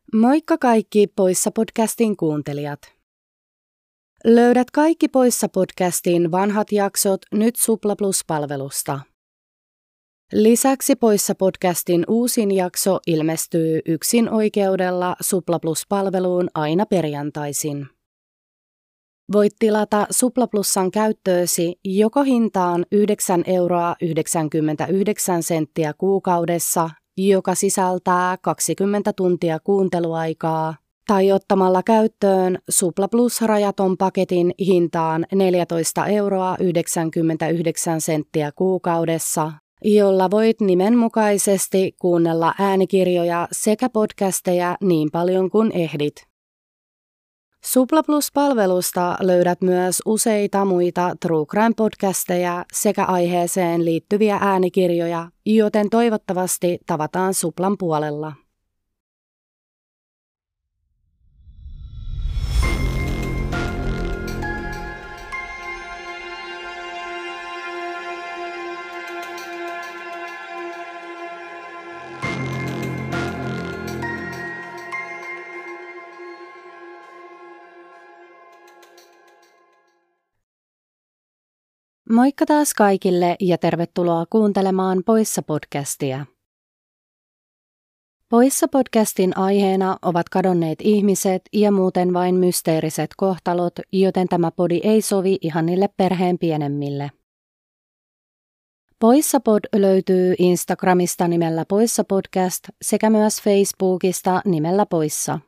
Moikka kaikki Poissa-podcastin kuuntelijat. Löydät kaikki Poissa-podcastin vanhat jaksot nyt Supla Plus-palvelusta. Lisäksi Poissa-podcastin uusin jakso ilmestyy yksin oikeudella Supla Plus-palveluun aina perjantaisin. Voit tilata Supla Plusan käyttöösi joko hintaan 9,99 € kuukaudessa, joka sisältää 20 tuntia kuunteluaikaa, tai ottamalla käyttöön Supla Plus rajaton paketin hintaan 14,99 € kuukaudessa, jolla voit nimenmukaisesti kuunnella äänikirjoja sekä podcasteja niin paljon kuin ehdit. Supla Plus-palvelusta löydät myös useita muita True Crime-podcasteja sekä aiheeseen liittyviä äänikirjoja, joten toivottavasti tavataan Suplan puolella. Moikka taas kaikille ja tervetuloa kuuntelemaan Poissa-podcastia. Poissa-podcastin aiheena ovat kadonneet ihmiset ja muuten vain mysteeriset kohtalot, joten tämä podi ei sovi ihan niille perheen pienemmille. Poissa-pod löytyy Instagramista nimellä Poissa-podcast sekä myös Facebookista nimellä Poissa.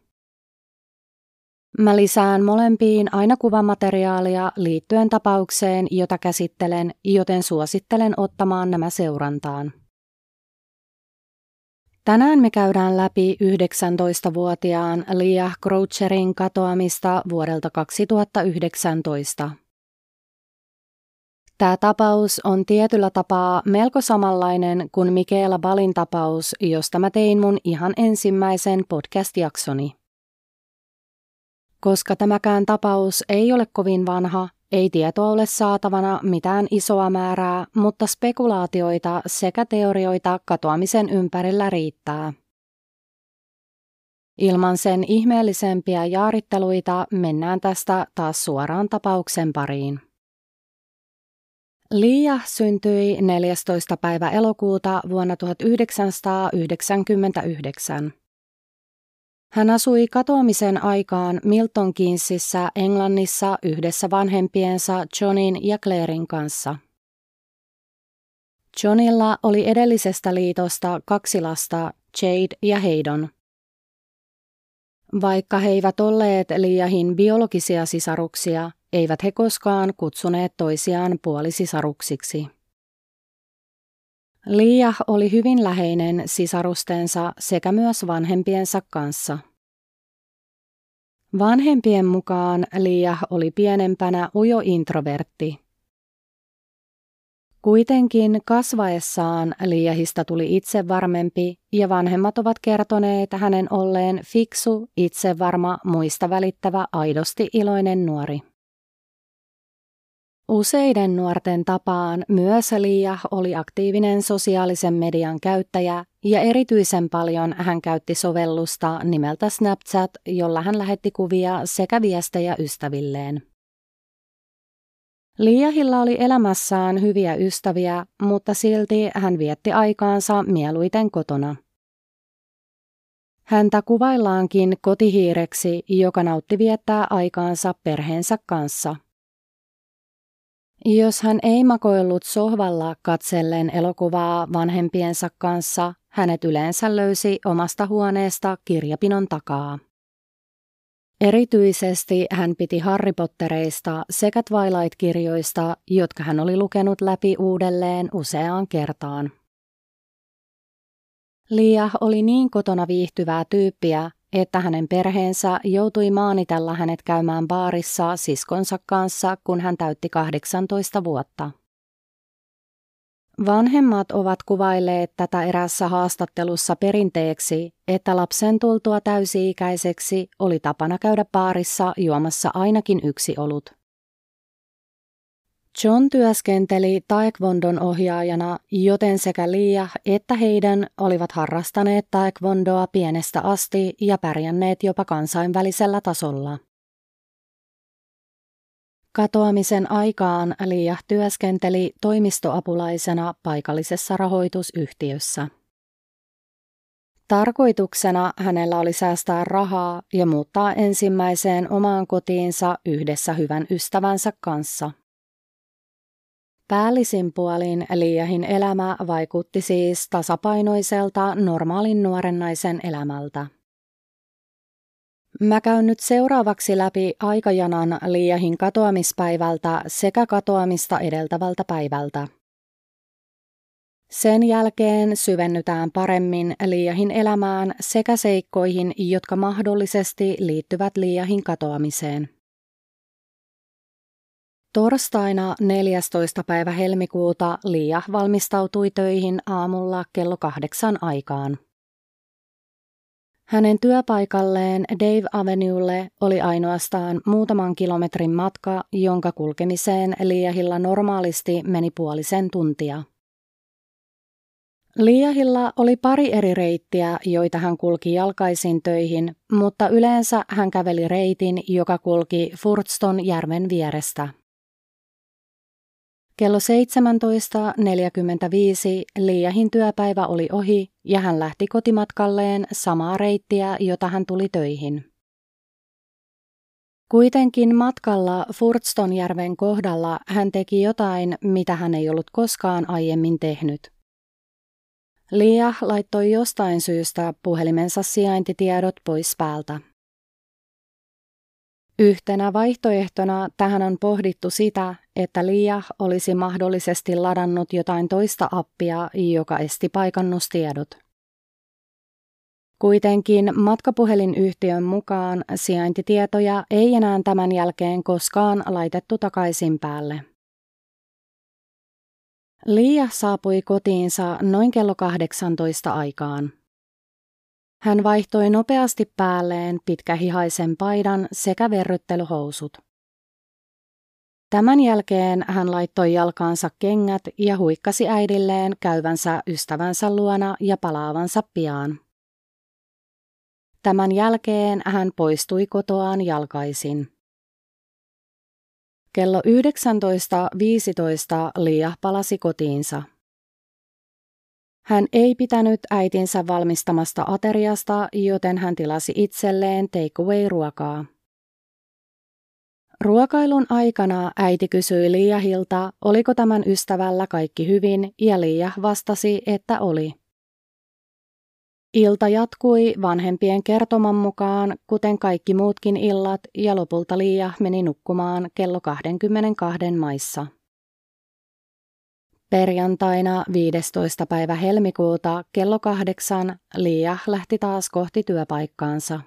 Mä lisään molempiin aina kuvamateriaalia liittyen tapaukseen, jota käsittelen, joten suosittelen ottamaan nämä seurantaan. Tänään me käydään läpi 19-vuotiaan Leah Croucherin katoamista vuodelta 2019. Tämä tapaus on tietyllä tapaa melko samanlainen kuin Michaela Ballin tapaus, josta mä tein mun ihan ensimmäisen podcast-jaksoni. Koska tämäkään tapaus ei ole kovin vanha, ei tietoa ole saatavana mitään isoa määrää, mutta spekulaatioita sekä teorioita katoamisen ympärillä riittää. Ilman sen ihmeellisempiä jaaritteluita mennään tästä taas suoraan tapauksen pariin. Leah syntyi 14. päivä elokuuta vuonna 1999. Hän asui katoamisen aikaan Milton Keynesissä Englannissa yhdessä vanhempiensa Johnin ja Clairen kanssa. Johnilla oli edellisestä liitosta 2 lasta, Jade ja Haydon. Vaikka he eivät olleet Leahin biologisia sisaruksia, eivät he koskaan kutsuneet toisiaan puolisisaruksiksi. Leah oli hyvin läheinen sisarustensa sekä myös vanhempiensa kanssa. Vanhempien mukaan Leah oli pienempänä ujo introvertti. Kuitenkin kasvaessaan Leahista tuli itsevarmempi ja vanhemmat ovat kertoneet hänen olleen fiksu, itsevarma, muista välittävä, aidosti iloinen nuori. Useiden nuorten tapaan myös Leah oli aktiivinen sosiaalisen median käyttäjä ja erityisen paljon hän käytti sovellusta nimeltä Snapchat, jolla hän lähetti kuvia sekä viestejä ystävilleen. Leahilla oli elämässään hyviä ystäviä, mutta silti hän vietti aikaansa mieluiten kotona. Häntä kuvaillaankin kotihiireksi, joka nautti viettää aikaansa perheensä kanssa. Jos hän ei makoillut sohvalla katsellen elokuvaa vanhempiensa kanssa, hänet yleensä löysi omasta huoneesta kirjapinon takaa. Erityisesti hän piti Harry Pottereista sekä Twilight-kirjoista, jotka hän oli lukenut läpi uudelleen useaan kertaan. Leah oli niin kotona viihtyvää tyyppiä, että hänen perheensä joutui maanitella hänet käymään baarissa siskonsa kanssa, kun hän täytti 18 vuotta. Vanhemmat ovat kuvailleet tätä eräässä haastattelussa perinteeksi, että lapsen tultua täysi-ikäiseksi oli tapana käydä baarissa juomassa ainakin 1 olut. John työskenteli taekwondon ohjaajana, joten sekä Leah että Hayden olivat harrastaneet taekwondoa pienestä asti ja pärjänneet jopa kansainvälisellä tasolla. Katoamisen aikaan Leah työskenteli toimistoapulaisena paikallisessa rahoitusyhtiössä. Tarkoituksena hänellä oli säästää rahaa ja muuttaa ensimmäiseen omaan kotiinsa yhdessä hyvän ystävänsä kanssa. Päällisin puolin Leahin elämä vaikutti siis tasapainoiselta normaalin nuoren naisen elämältä. Mä käyn nyt seuraavaksi läpi aikajanan Leahin katoamispäivältä sekä katoamista edeltävältä päivältä. Sen jälkeen syvennytään paremmin Leahin elämään sekä seikkoihin, jotka mahdollisesti liittyvät Leahin katoamiseen. Torstaina 14. päivä helmikuuta Leah valmistautui töihin aamulla kello 8 aikaan. Hänen työpaikalleen Dave Avenuelle oli ainoastaan muutaman kilometrin matka, jonka kulkemiseen Leahilla normaalisti meni puolisen tuntia. Leahilla oli pari eri reittiä, joita hän kulki jalkaisin töihin, mutta yleensä hän käveli reitin, joka kulki Furtston järven vierestä. Kello 17.45 Leahin työpäivä oli ohi ja hän lähti kotimatkalleen samaa reittiä, jota hän tuli töihin. Kuitenkin matkalla Furtstonjärven kohdalla hän teki jotain, mitä hän ei ollut koskaan aiemmin tehnyt. Leah laittoi jostain syystä puhelimensa sijaintitiedot pois päältä. Yhtenä vaihtoehtona tähän on pohdittu sitä, että Leah olisi mahdollisesti ladannut jotain toista appia, joka esti paikannustiedot. Kuitenkin matkapuhelinyhtiön mukaan sijaintitietoja ei enää tämän jälkeen koskaan laitettu takaisin päälle. Leah saapui kotiinsa noin kello 18 aikaan. Hän vaihtoi nopeasti päälleen pitkähihaisen paidan sekä verryttelyhousut. Tämän jälkeen hän laittoi jalkaansa kengät ja huikkasi äidilleen käyvänsä ystävänsä luona ja palaavansa pian. Tämän jälkeen hän poistui kotoaan jalkaisin. Kello 19.15 Leah palasi kotiinsa. Hän ei pitänyt äitinsä valmistamasta ateriasta, joten hän tilasi itselleen takeaway-ruokaa. Ruokailun aikana äiti kysyi Leahilta, oliko tämän ystävällä kaikki hyvin, ja Leah vastasi, että oli. Ilta jatkui vanhempien kertoman mukaan, kuten kaikki muutkin illat, ja lopulta Leah meni nukkumaan kello 22 maissa. Perjantaina 15. päivä helmikuuta kello 8 Leah lähti taas kohti työpaikkaansa.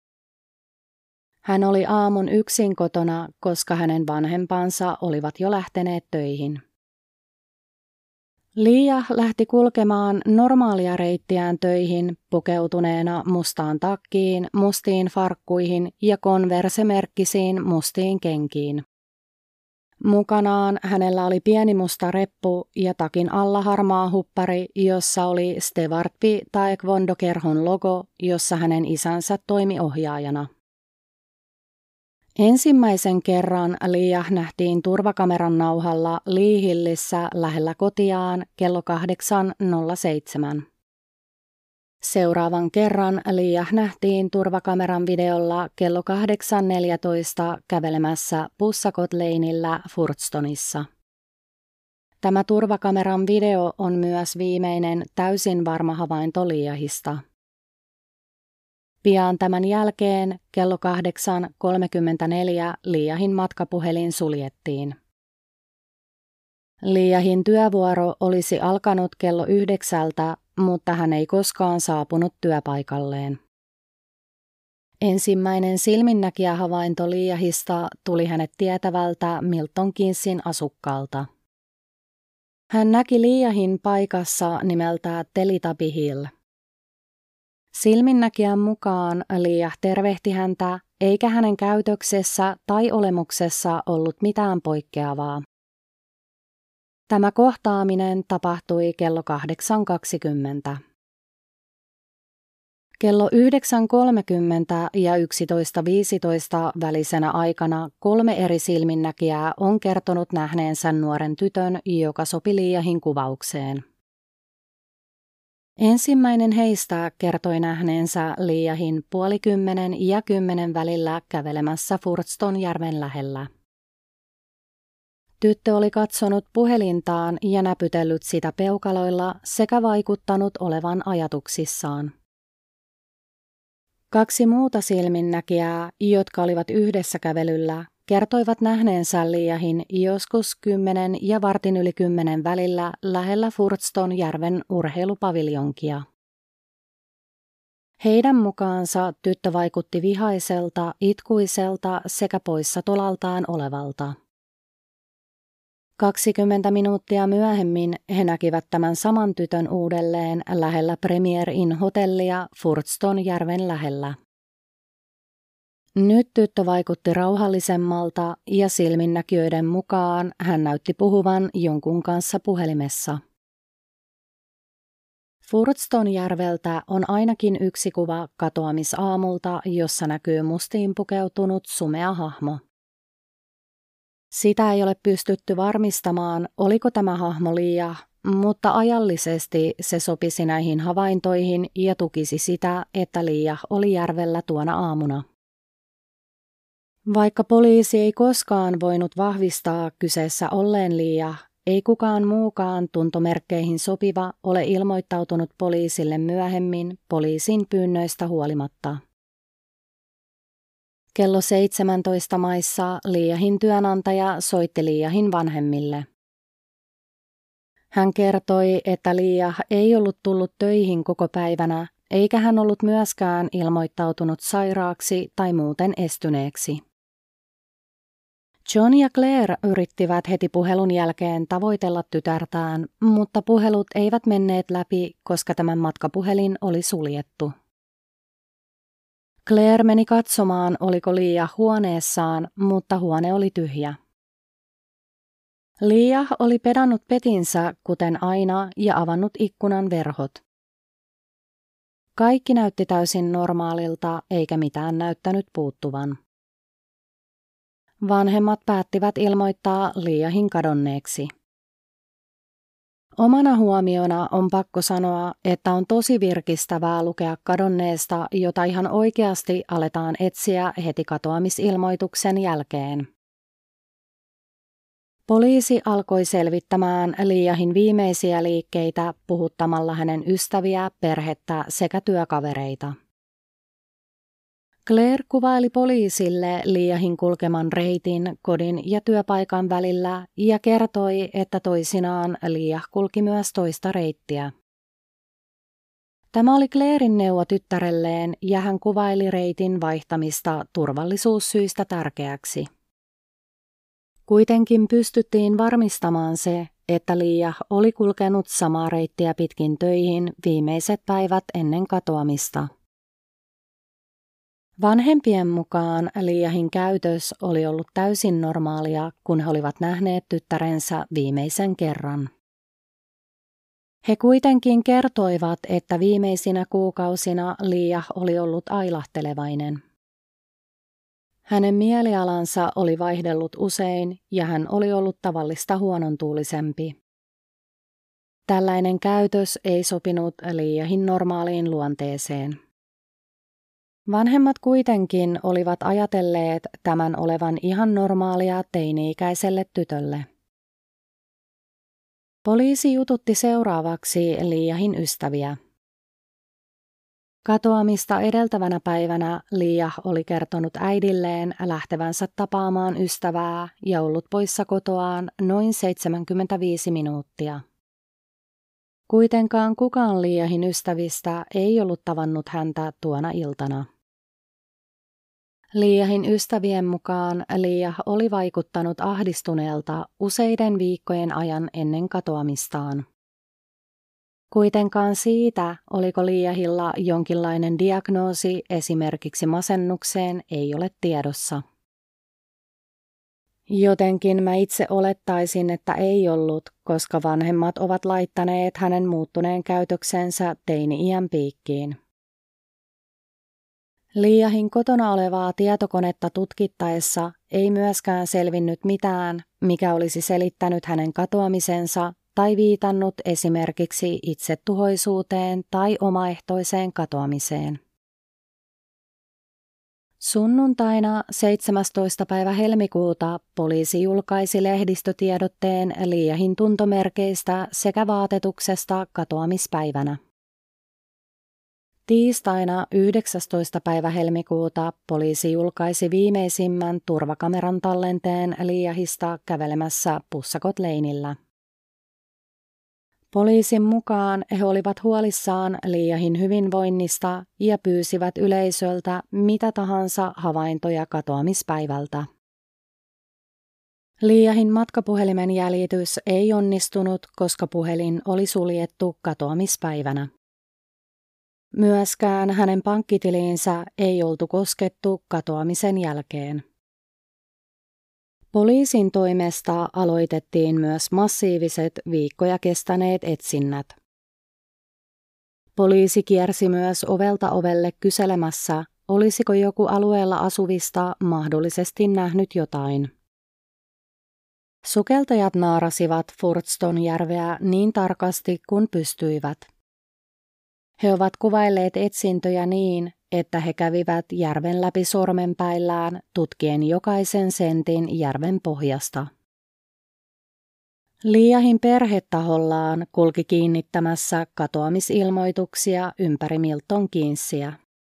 Hän oli aamun yksin kotona, koska hänen vanhempansa olivat jo lähteneet töihin. Leah lähti kulkemaan normaalia reittiään töihin pukeutuneena mustaan takkiin, mustiin farkkuihin ja Converse-merkkisiin mustiin kenkiin. Mukanaan hänellä oli pieni musta reppu ja takin alla harmaa huppari, jossa oli Stevartby Taekwondo-kerhon logo, jossa hänen isänsä toimi ohjaajana. Ensimmäisen kerran Leah nähtiin turvakameran nauhalla Lee Hillissä lähellä kotiaan kello 8.07. Seuraavan kerran Leah nähtiin turvakameran videolla kello 8.14 kävelemässä Bussacott Laneillä Furtstonissa. Tämä turvakameran video on myös viimeinen täysin varma havainto Leahista. Pian tämän jälkeen kello 8.34 Leahin matkapuhelin suljettiin. Leahin työvuoro olisi alkanut kello 9, mutta hän ei koskaan saapunut työpaikalleen. Ensimmäinen silminnäkijähavainto Leahista tuli hänet tietävältä Milton Keynsin asukkaalta. Hän näki Leahin paikassa nimeltä Teletubby Hill. Silminnäkijän mukaan Leah tervehti häntä, eikä hänen käytöksessä tai olemuksessa ollut mitään poikkeavaa. Tämä kohtaaminen tapahtui kello 8.20. Kello 9.30 ja 11.15 välisenä aikana 3 eri silminnäkijää on kertonut nähneensä nuoren tytön, joka sopi Leahin kuvaukseen. Ensimmäinen heistä kertoi nähneensä Leahin 9:30 ja 10 välillä kävelemässä Furstonjärven lähellä. Tyttö oli katsonut puhelintaan ja näpytellyt sitä peukaloilla sekä vaikuttanut olevan ajatuksissaan. 2 muuta silminnäkijää, jotka olivat yhdessä kävelyllä, kertoivat nähneensä Leahin joskus 10 ja 9:15 välillä lähellä Furstonjärven urheilupaviljonkia. Heidän mukaansa tyttö vaikutti vihaiselta, itkuiselta sekä poissa tolaltaan olevalta. 20 minuuttia myöhemmin he näkivät tämän saman tytön uudelleen lähellä Premier Inn hotellia Furstonjärven lähellä. Nyt tyttö vaikutti rauhallisemmalta ja silminnäkijöiden mukaan hän näytti puhuvan jonkun kanssa puhelimessa. Furstonjärveltä on ainakin yksi kuva katoamisaamulta, jossa näkyy mustiin pukeutunut sumea hahmo. Sitä ei ole pystytty varmistamaan, oliko tämä hahmo Leah, mutta ajallisesti se sopisi näihin havaintoihin ja tukisi sitä, että Leah oli järvellä tuona aamuna. Vaikka poliisi ei koskaan voinut vahvistaa kyseessä olleen Leah, ei kukaan muukaan tuntomerkkeihin sopiva ole ilmoittautunut poliisille myöhemmin poliisin pyynnöistä huolimatta. Kello 17 maissa Leahin työnantaja soitti Leahin vanhemmille. Hän kertoi, että Leah ei ollut tullut töihin koko päivänä, eikä hän ollut myöskään ilmoittautunut sairaaksi tai muuten estyneeksi. John ja Claire yrittivät heti puhelun jälkeen tavoitella tytärtään, mutta puhelut eivät menneet läpi, koska tämän matkapuhelin oli suljettu. Claire meni katsomaan, oliko Leah huoneessaan, mutta huone oli tyhjä. Leah oli pedannut petinsä kuten aina ja avannut ikkunan verhot. Kaikki näytti täysin normaalilta eikä mitään näyttänyt puuttuvan. Vanhemmat päättivät ilmoittaa Leahin kadonneeksi. Omana huomiona on pakko sanoa, että on tosi virkistävää lukea kadonneesta, jota ihan oikeasti aletaan etsiä heti katoamisilmoituksen jälkeen. Poliisi alkoi selvittämään Leahin viimeisiä liikkeitä puhuttamalla hänen ystäviä, perhettä sekä työkavereita. Claire kuvaili poliisille Leahin kulkeman reitin kodin ja työpaikan välillä ja kertoi, että toisinaan Leah kulki myös toista reittiä. Tämä oli Clairen neuvo tyttärelleen ja hän kuvaili reitin vaihtamista turvallisuussyistä tärkeäksi. Kuitenkin pystyttiin varmistamaan se, että Leah oli kulkenut samaa reittiä pitkin töihin viimeiset päivät ennen katoamista. Vanhempien mukaan Leahin käytös oli ollut täysin normaalia, kun he olivat nähneet tyttärensä viimeisen kerran. He kuitenkin kertoivat, että viimeisinä kuukausina Leah oli ollut ailahtelevainen. Hänen mielialansa oli vaihdellut usein ja hän oli ollut tavallista huonontuulisempi. Tällainen käytös ei sopinut Leahin normaaliin luonteeseen. Vanhemmat kuitenkin olivat ajatelleet tämän olevan ihan normaalia teini-ikäiselle tytölle. Poliisi jututti seuraavaksi Leahin ystäviä. Katoamista edeltävänä päivänä Leah oli kertonut äidilleen lähtevänsä tapaamaan ystävää ja ollut poissa kotoaan noin 75 minuuttia. Kuitenkaan kukaan Leahin ystävistä ei ollut tavannut häntä tuona iltana. Leahin ystävien mukaan Leah oli vaikuttanut ahdistuneelta useiden viikkojen ajan ennen katoamistaan. Kuitenkaan siitä, oliko Leahilla jonkinlainen diagnoosi esimerkiksi masennukseen, ei ole tiedossa. Jotenkin mä itse olettaisin, että ei ollut, koska vanhemmat ovat laittaneet hänen muuttuneen käytöksensä teini-iän piikkiin. Liahin kotona olevaa tietokonetta tutkittaessa ei myöskään selvinnyt mitään, mikä olisi selittänyt hänen katoamisensa tai viitannut esimerkiksi itsetuhoisuuteen tai omaehtoiseen katoamiseen. Sunnuntaina 17. päivä helmikuuta poliisi julkaisi lehdistötiedotteen Liahin tuntomerkeistä sekä vaatetuksesta katoamispäivänä. Tiistaina 19. päivä helmikuuta poliisi julkaisi viimeisimmän turvakameran tallenteen Liahista kävelemässä Pussakot Laneillä. Poliisin mukaan he olivat huolissaan Liahin hyvinvoinnista ja pyysivät yleisöltä mitä tahansa havaintoja katoamispäivältä. Liahin matkapuhelimen jäljitys ei onnistunut, koska puhelin oli suljettu katoamispäivänä. Myöskään hänen pankkitiliinsä ei oltu koskettu katoamisen jälkeen. Poliisin toimesta aloitettiin myös massiiviset viikkoja kestäneet etsinnät. Poliisi kiersi myös ovelta ovelle kyselemässä, olisiko joku alueella asuvista mahdollisesti nähnyt jotain. Sukeltajat naarasivat Furtstonjärveä niin tarkasti kuin pystyivät. He ovat kuvailleet etsintöjä niin, että he kävivät järven läpi sormenpäillään tutkien jokaisen sentin järven pohjasta. Liahin perhetahollaan kulki kiinnittämässä katoamisilmoituksia ympäri Milton Keynesiä.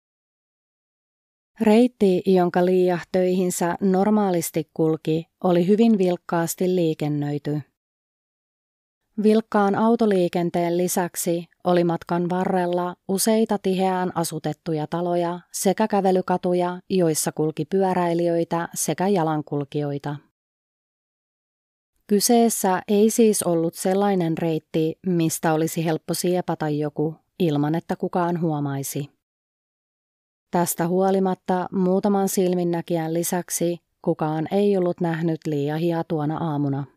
Reitti, jonka Liah töihinsä normaalisti kulki, oli hyvin vilkkaasti liikennöity. Vilkkaan autoliikenteen lisäksi oli matkan varrella useita tiheään asutettuja taloja sekä kävelykatuja, joissa kulki pyöräilijöitä sekä jalankulkijoita. Kyseessä ei siis ollut sellainen reitti, mistä olisi helppo siepata joku ilman, että kukaan huomaisi. Tästä huolimatta muutaman silminnäkijän lisäksi kukaan ei ollut nähnyt Liahia tuona aamuna.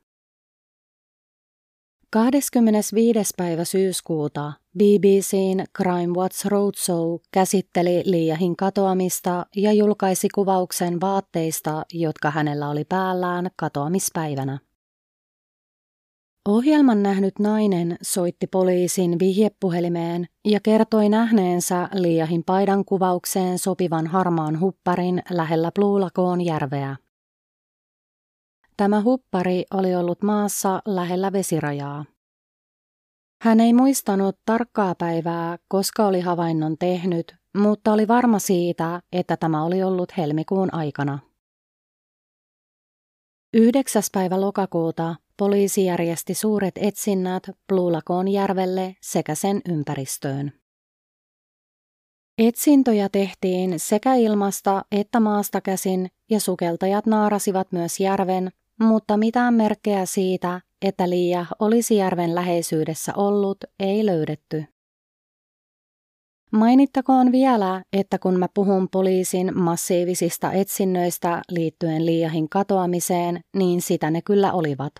25. päivä syyskuuta BBC:n Crime Watch Roadshow käsitteli Liahin katoamista ja julkaisi kuvauksen vaatteista, jotka hänellä oli päällään katoamispäivänä. Ohjelman nähnyt nainen soitti poliisin vihjepuhelimeen ja kertoi nähneensä Liahin paidan kuvaukseen sopivan harmaan hupparin lähellä Blue Lagoon järveä. Tämä huppari oli ollut maassa lähellä vesirajaa. Hän ei muistanut tarkkaa päivää, koska oli havainnon tehnyt, mutta oli varma siitä, että tämä oli ollut helmikuun aikana. 9. päivä lokakuuta poliisi järjesti suuret etsinnät Blue Lagoon järvelle sekä sen ympäristöön. Etsintöjä tehtiin sekä ilmasta että maasta käsin ja sukeltajat naarasivat myös järven, mutta mitään merkkejä siitä, että Liah olisi järven läheisyydessä ollut, ei löydetty. Mainittakoon vielä, että kun mä puhun poliisin massiivisista etsinnöistä liittyen Liahin katoamiseen, niin sitä ne kyllä olivat.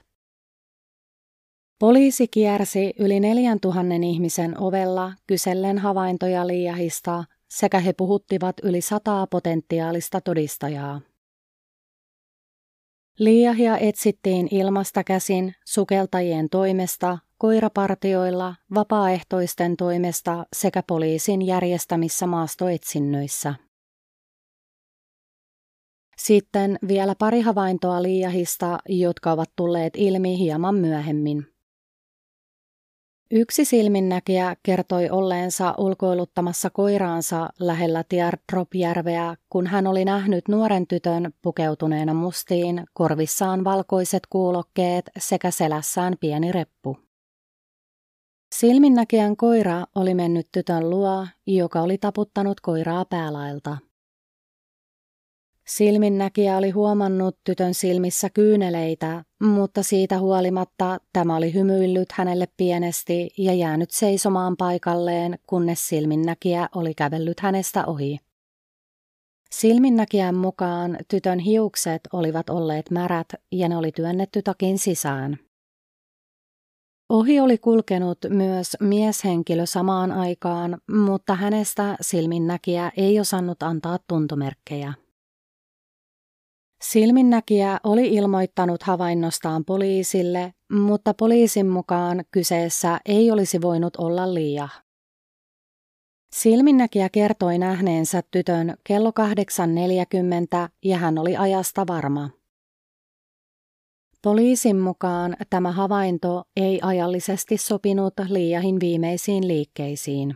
Poliisi kiersi yli 4000 ihmisen ovella kysellen havaintoja Liahista sekä he puhuttivat yli 100 potentiaalista todistajaa. Liahia etsittiin ilmasta käsin, sukeltajien toimesta, koirapartioilla, vapaaehtoisten toimesta sekä poliisin järjestämissä maastoetsinnöissä. Sitten vielä pari havaintoa Liahista, jotka ovat tulleet ilmi hieman myöhemmin. Yksi silminnäkijä kertoi olleensa ulkoiluttamassa koiraansa lähellä Teardrop-järveä, kun hän oli nähnyt nuoren tytön pukeutuneena mustiin, korvissaan valkoiset kuulokkeet sekä selässään pieni reppu. Silminnäkijän koira oli mennyt tytön luo, joka oli taputtanut koiraa päälaelta. Silminnäkijä oli huomannut tytön silmissä kyyneleitä, mutta siitä huolimatta tämä oli hymyillyt hänelle pienesti ja jäänyt seisomaan paikalleen, kunnes silminnäkijä oli kävellyt hänestä ohi. Silminnäkijän mukaan tytön hiukset olivat olleet märät ja ne oli työnnetty takin sisään. Ohi oli kulkenut myös mieshenkilö samaan aikaan, mutta hänestä silminnäkijä ei osannut antaa tuntomerkkejä. Silminnäkijä oli ilmoittanut havainnostaan poliisille, mutta poliisin mukaan kyseessä ei olisi voinut olla Leah. Silminnäkijä kertoi nähneensä tytön kello 8:40 ja hän oli ajasta varma. Poliisin mukaan tämä havainto ei ajallisesti sopinut Leahin viimeisiin liikkeisiin.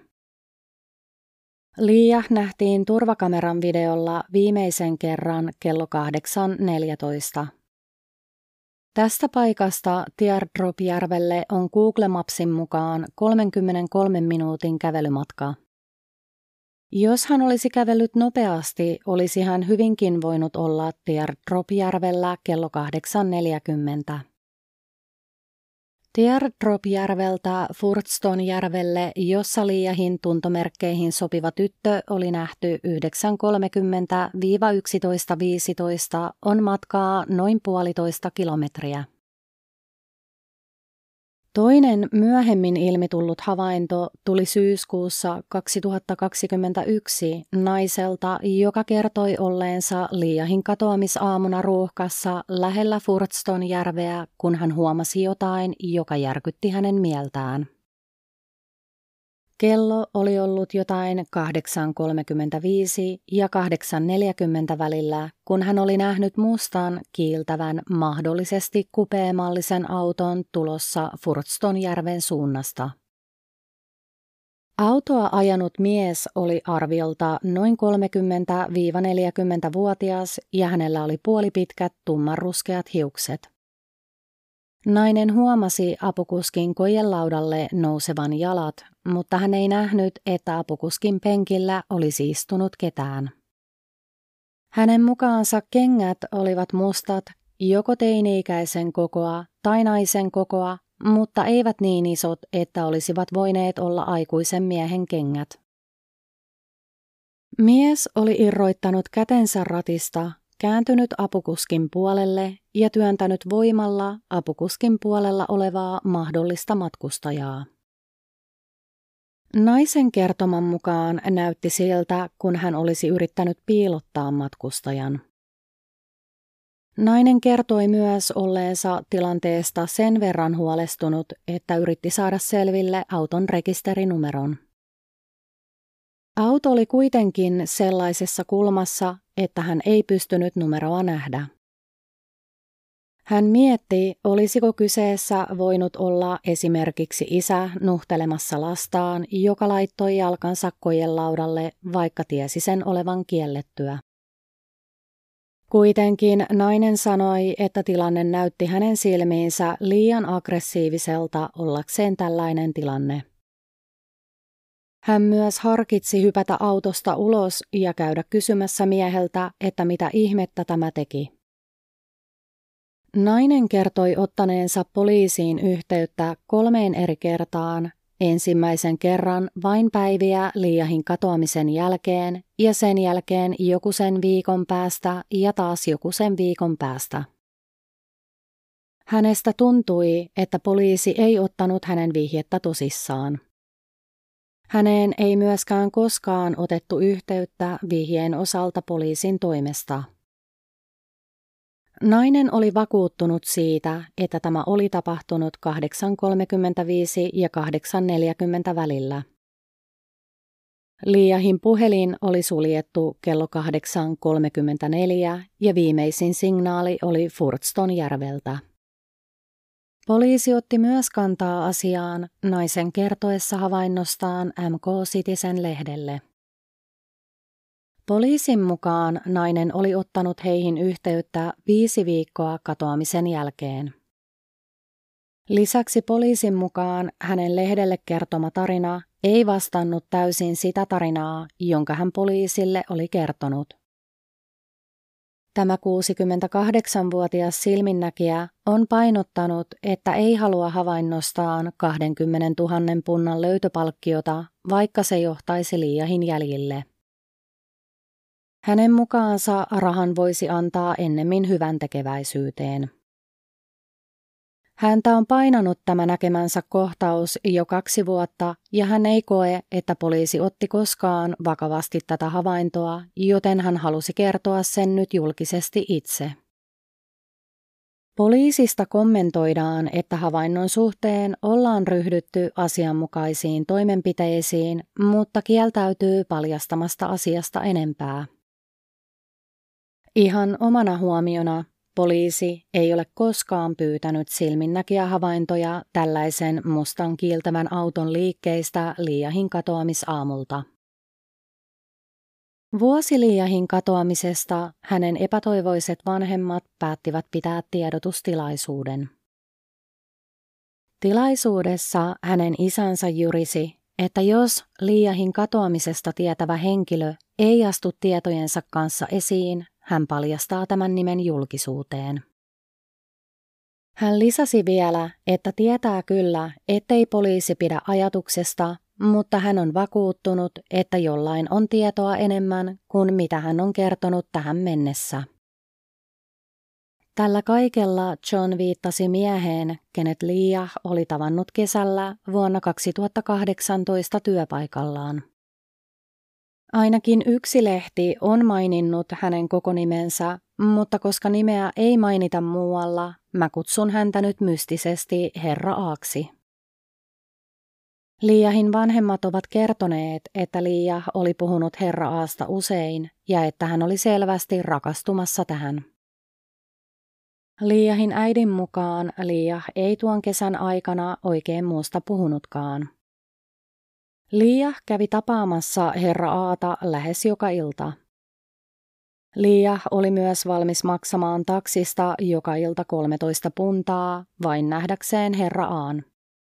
Leah nähtiin turvakameran videolla viimeisen kerran kello 8:14. Tästä paikasta Teardrop-järvelle on Google Mapsin mukaan 33 minuutin kävelymatka. Jos hän olisi kävellyt nopeasti, olisi hän hyvinkin voinut olla Teardrop-järvellä kello 8:40. Teardrop-järveltä Furtston-järvelle, jossa Leahin tuntomerkkeihin sopiva tyttö oli nähty 9:30–11:15, on matkaa noin 1,5 kilometriä. Toinen myöhemmin ilmitullut havainto tuli syyskuussa 2021 naiselta, joka kertoi olleensa Leahin katoamisaamuna ruuhkassa lähellä Furtston-järveä, kun hän huomasi jotain, joka järkytti hänen mieltään. Kello oli ollut jotain 8:35 ja 8:40 välillä, kun hän oli nähnyt mustan, kiiltävän, mahdollisesti kupeemallisen auton tulossa Furtstonjärven suunnasta. Autoa ajanut mies oli arviolta noin 30–40-vuotias ja hänellä oli puolipitkät tummanruskeat hiukset. Nainen huomasi apukuskin kojelaudalle nousevan jalat, mutta hän ei nähnyt, että apukuskin penkillä olisi istunut ketään. Hänen mukaansa kengät olivat mustat, joko teini-ikäisen kokoa tai naisen kokoa, mutta eivät niin isot, että olisivat voineet olla aikuisen miehen kengät. Mies oli irroittanut kätensä ratista, kääntynyt apukuskin puolelle ja työntänyt voimalla apukuskin puolella olevaa mahdollista matkustajaa. Naisen kertoman mukaan näytti siltä, kun hän olisi yrittänyt piilottaa matkustajan. Nainen kertoi myös olleensa tilanteesta sen verran huolestunut, että yritti saada selville auton rekisterinumeron. Auto oli kuitenkin sellaisessa kulmassa, että hän ei pystynyt numeroa nähdä. Hän mietti, olisiko kyseessä voinut olla esimerkiksi isä nuhtelemassa lastaan, joka laittoi jalkansa kojelaudalle, vaikka tiesi sen olevan kiellettyä. Kuitenkin nainen sanoi, että tilanne näytti hänen silmiinsä liian aggressiiviselta ollakseen tällainen tilanne. Hän myös harkitsi hypätä autosta ulos ja käydä kysymässä mieheltä, että mitä ihmettä tämä teki. Nainen kertoi ottaneensa poliisiin yhteyttä 3 eri kertaan, ensimmäisen kerran vain päiviä Leahin katoamisen jälkeen ja sen jälkeen joku sen viikon päästä ja taas joku sen viikon päästä. Hänestä tuntui, että poliisi ei ottanut hänen vihjettä tosissaan. Häneen ei myöskään koskaan otettu yhteyttä vihjeen osalta poliisin toimesta. Nainen oli vakuuttunut siitä, että tämä oli tapahtunut 8:35 ja 8:40 välillä. Leahin puhelin oli suljettu kello 8:34 ja viimeisin signaali oli Furtstonjärveltä. Poliisi otti myös kantaa asiaan naisen kertoessa havainnostaan MK-Citizen-lehdelle. Poliisin mukaan nainen oli ottanut heihin yhteyttä 5 viikkoa katoamisen jälkeen. Lisäksi poliisin mukaan hänen lehdelle kertoma tarina ei vastannut täysin sitä tarinaa, jonka hän poliisille oli kertonut. Tämä 68-vuotias silminnäkijä on painottanut, että ei halua havainnostaan 20 000 punnan löytöpalkkiota, vaikka se johtaisi Leahin jäljille. Hänen mukaansa rahan voisi antaa ennemmin hyväntekeväisyyteen. Häntä on painanut tämä näkemänsä kohtaus jo 2 vuotta ja hän ei koe, että poliisi otti koskaan vakavasti tätä havaintoa, joten hän halusi kertoa sen nyt julkisesti itse. Poliisista kommentoidaan, että havainnon suhteen ollaan ryhdytty asianmukaisiin toimenpiteisiin, mutta kieltäytyy paljastamasta asiasta enempää. Ihan omana huomiona poliisi ei ole koskaan pyytänyt silminnäkijähavaintoja tällaisen mustan kiiltävän auton liikkeistä Leahin katoamisaamulta. Vuosi Leahin katoamisesta hänen epätoivoiset vanhemmat päättivät pitää tiedotustilaisuuden. Tilaisuudessa hänen isänsä jurisi, että jos Leahin katoamisesta tietävä henkilö ei astu tietojensa kanssa esiin, hän paljastaa tämän nimen julkisuuteen. Hän lisäsi vielä, että tietää kyllä, ettei poliisi pidä ajatuksesta, mutta hän on vakuuttunut, että jollain on tietoa enemmän kuin mitä hän on kertonut tähän mennessä. Tällä kaikella John viittasi mieheen, kenet Leah oli tavannut kesällä vuonna 2018 työpaikallaan. Ainakin yksi lehti on maininnut hänen koko nimensä, mutta koska nimeä ei mainita muualla, mä kutsun häntä nyt mystisesti Herra Aaksi. Leahin vanhemmat ovat kertoneet, että Leah oli puhunut Herra Aasta usein ja että hän oli selvästi rakastumassa tähän. Leahin äidin mukaan Leah ei tuon kesän aikana oikein muusta puhunutkaan. Leah kävi tapaamassa Herra Aata lähes joka ilta. Leah oli myös valmis maksamaan taksista joka ilta 13 puntaa vain nähdäkseen Herra Aan.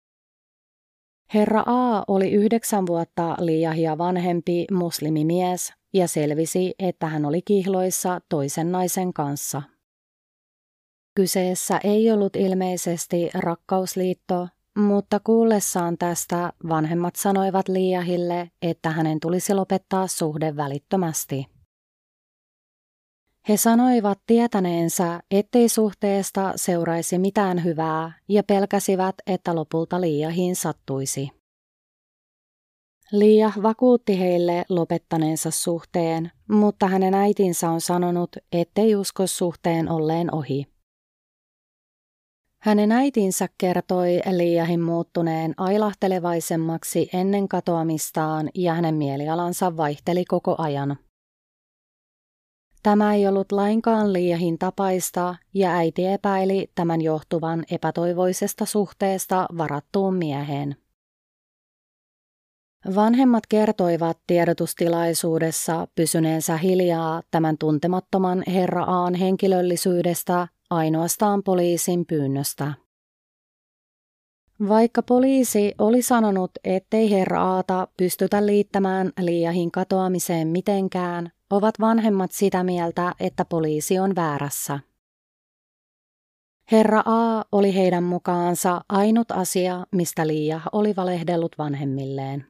Herra A oli 9 vuotta Leahia vanhempi muslimimies ja selvisi, että hän oli kihloissa toisen naisen kanssa. Kyseessä ei ollut ilmeisesti rakkausliitto, mutta kuullessaan tästä vanhemmat sanoivat Leahille, että hänen tulisi lopettaa suhde välittömästi. He sanoivat tietäneensä, ettei suhteesta seuraisi mitään hyvää ja pelkäsivät, että lopulta Leahiin sattuisi. Leah vakuutti heille lopettaneensa suhteen, mutta hänen äitinsä on sanonut, ettei usko suhteen olleen ohi. Hänen äitinsä kertoi Leahin muuttuneen ailahtelevaisemmaksi ennen katoamistaan ja hänen mielialansa vaihteli koko ajan. Tämä ei ollut lainkaan Leahin tapaista ja äiti epäili tämän johtuvan epätoivoisesta suhteesta varattuun mieheen. Vanhemmat kertoivat tiedotustilaisuudessa pysyneensä hiljaa tämän tuntemattoman Herra Aan henkilöllisyydestä ainoastaan poliisin pyynnöstä. Vaikka poliisi oli sanonut, ettei Herra Aata pystytä liittämään Leahin katoamiseen mitenkään, ovat vanhemmat sitä mieltä, että poliisi on väärässä. Herra A oli heidän mukaansa ainut asia, mistä Leah oli valehdellut vanhemmilleen.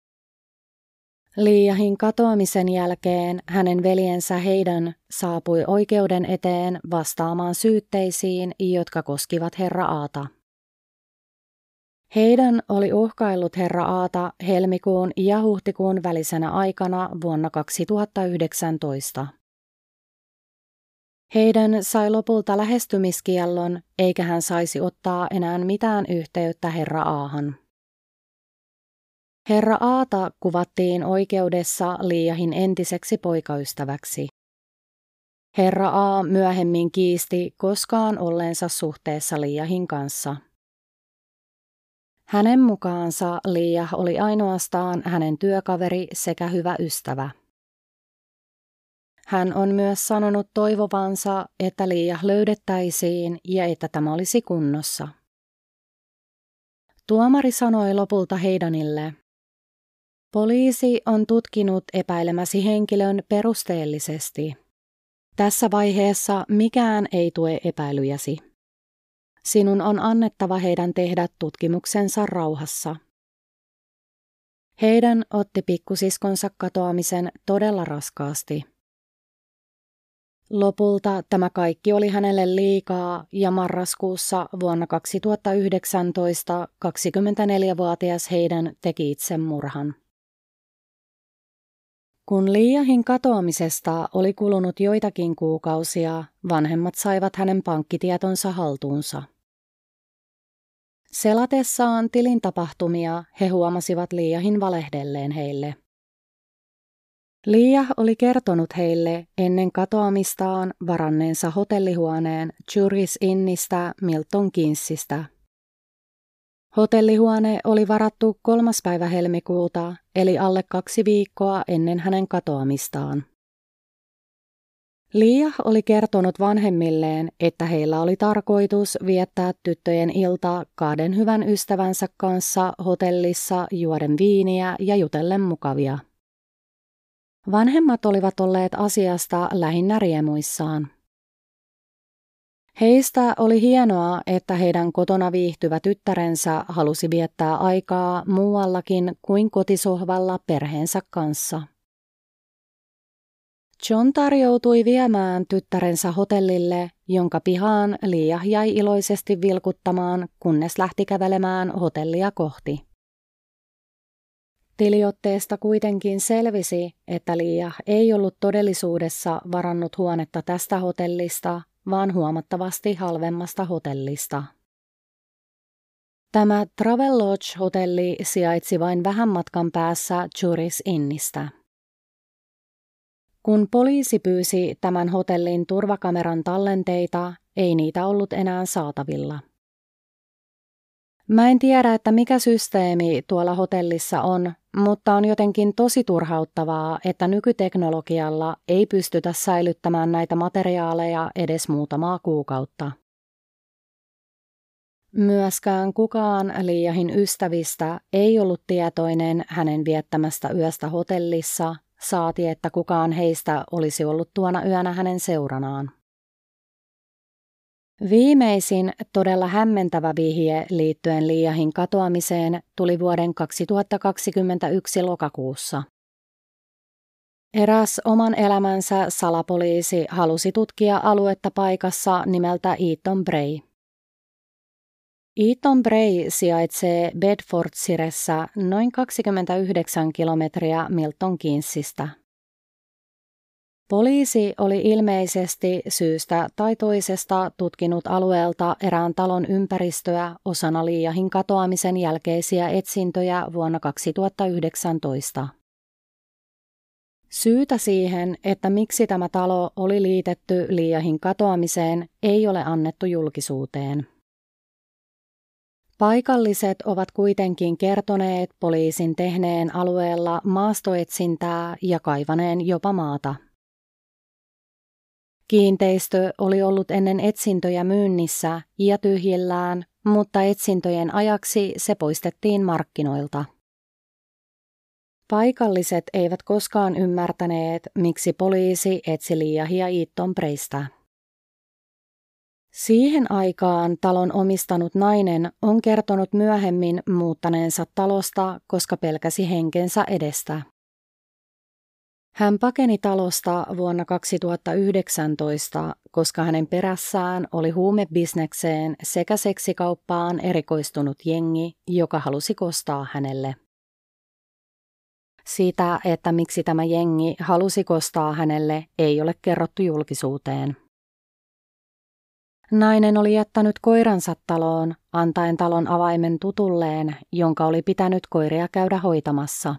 Leahin katoamisen jälkeen hänen veljensä Hayden saapui oikeuden eteen vastaamaan syytteisiin, jotka koskivat Herra Aata. Hayden oli uhkaillut Herra Aata helmikuun ja huhtikuun välisenä aikana vuonna 2019. Hayden sai lopulta lähestymiskiellon, eikä hän saisi ottaa enää mitään yhteyttä Herra Aahan. Herra Aata kuvattiin oikeudessa Leahin entiseksi poikaystäväksi. Herra A myöhemmin kiisti koskaan olleensa suhteessa Leahin kanssa. Hänen mukaansa Leah oli ainoastaan hänen työkaveri sekä hyvä ystävä. Hän on myös sanonut toivovansa, että Leah löydettäisiin ja että tämä olisi kunnossa. Tuomari sanoi lopulta Haydenille: "Poliisi on tutkinut epäilemäsi henkilön perusteellisesti. Tässä vaiheessa mikään ei tue epäilyjäsi. Sinun on annettava heidän tehdä tutkimuksensa rauhassa." Hayden otti pikkusiskonsa katoamisen todella raskaasti. Lopulta tämä kaikki oli hänelle liikaa ja marraskuussa vuonna 2019 24-vuotias Hayden teki itsemurhan. Kun Leahin katoamisesta oli kulunut joitakin kuukausia, vanhemmat saivat hänen pankkitietonsa haltuunsa. Selatessaan tilin tapahtumia he huomasivat Leahin valehdelleen heille. Leah oli kertonut heille ennen katoamistaan varanneensa hotellihuoneen Juris Innistä Milton Keynesistä. Hotellihuone oli varattu 3. päivä helmikuuta, eli alle 2 viikkoa ennen hänen katoamistaan. Leah oli kertonut vanhemmilleen, että heillä oli tarkoitus viettää tyttöjen ilta 2 hyvän ystävänsä kanssa hotellissa juoden viiniä ja jutellen mukavia. Vanhemmat olivat olleet asiasta lähinnä riemuissaan. Heistä oli hienoa, että heidän kotona viihtyvä tyttärensä halusi viettää aikaa muuallakin kuin kotisohvalla perheensä kanssa. John tarjoutui viemään tyttärensä hotellille, jonka pihaan Leah jäi iloisesti vilkuttamaan, kunnes lähti kävelemään hotellia kohti. Tiliotteesta kuitenkin selvisi, että Leah ei ollut todellisuudessa varannut huonetta tästä hotellista, vaan huomattavasti halvemmasta hotellista. Tämä Travelodge-hotelli sijaitsi vain vähän matkan päässä Juris Innistä. Kun poliisi pyysi tämän hotellin turvakameran tallenteita, ei niitä ollut enää saatavilla. Mä en tiedä, että mikä systeemi tuolla hotellissa on, mutta on jotenkin tosi turhauttavaa, että nykyteknologialla ei pystytä säilyttämään näitä materiaaleja edes muutamaa kuukautta. Myöskään kukaan Leahin ystävistä ei ollut tietoinen hänen viettämästä yöstä hotellissa, saati että kukaan heistä olisi ollut tuona yönä hänen seuranaan. Viimeisin todella hämmentävä vihje liittyen Leahin katoamiseen tuli vuoden 2021 lokakuussa. Eräs oman elämänsä salapoliisi halusi tutkia aluetta paikassa nimeltä Eaton Brae. Eaton Brae sijaitsee Bedfordshiressä noin 29 kilometriä Milton Keynesistä. Poliisi oli ilmeisesti syystä tai toisesta tutkinut alueelta erään talon ympäristöä osana Leahin katoamisen jälkeisiä etsintöjä vuonna 2019. Syytä siihen, että miksi tämä talo oli liitetty Leahin katoamiseen, ei ole annettu julkisuuteen. Paikalliset ovat kuitenkin kertoneet poliisin tehneen alueella maastoetsintää ja kaivaneen jopa maata. Kiinteistö oli ollut ennen etsintöjä myynnissä ja tyhjillään, mutta etsintöjen ajaksi se poistettiin markkinoilta. Paikalliset eivät koskaan ymmärtäneet, miksi poliisi etsi Leahia Eaton Braestä. Siihen aikaan talon omistanut nainen on kertonut myöhemmin muuttaneensa talosta, koska pelkäsi henkensä edestä. Hän pakeni talosta vuonna 2019, koska hänen perässään oli huumebisnekseen sekä seksikauppaan erikoistunut jengi, joka halusi kostaa hänelle. Sitä, että miksi tämä jengi halusi kostaa hänelle, ei ole kerrottu julkisuuteen. Nainen oli jättänyt koiransa taloon, antaen talon avaimen tutulleen, jonka oli pitänyt koiria käydä hoitamassa.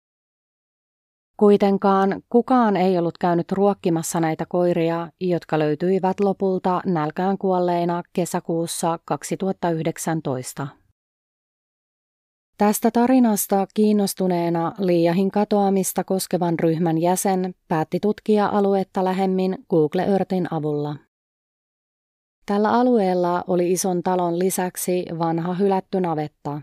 Kuitenkaan kukaan ei ollut käynyt ruokkimassa näitä koiria, jotka löytyivät lopulta nälkään kuolleina kesäkuussa 2019. Tästä tarinasta kiinnostuneena Leahin katoamista koskevan ryhmän jäsen päätti tutkia aluetta lähemmin Google Earthin avulla. Tällä alueella oli ison talon lisäksi vanha hylätty navetta.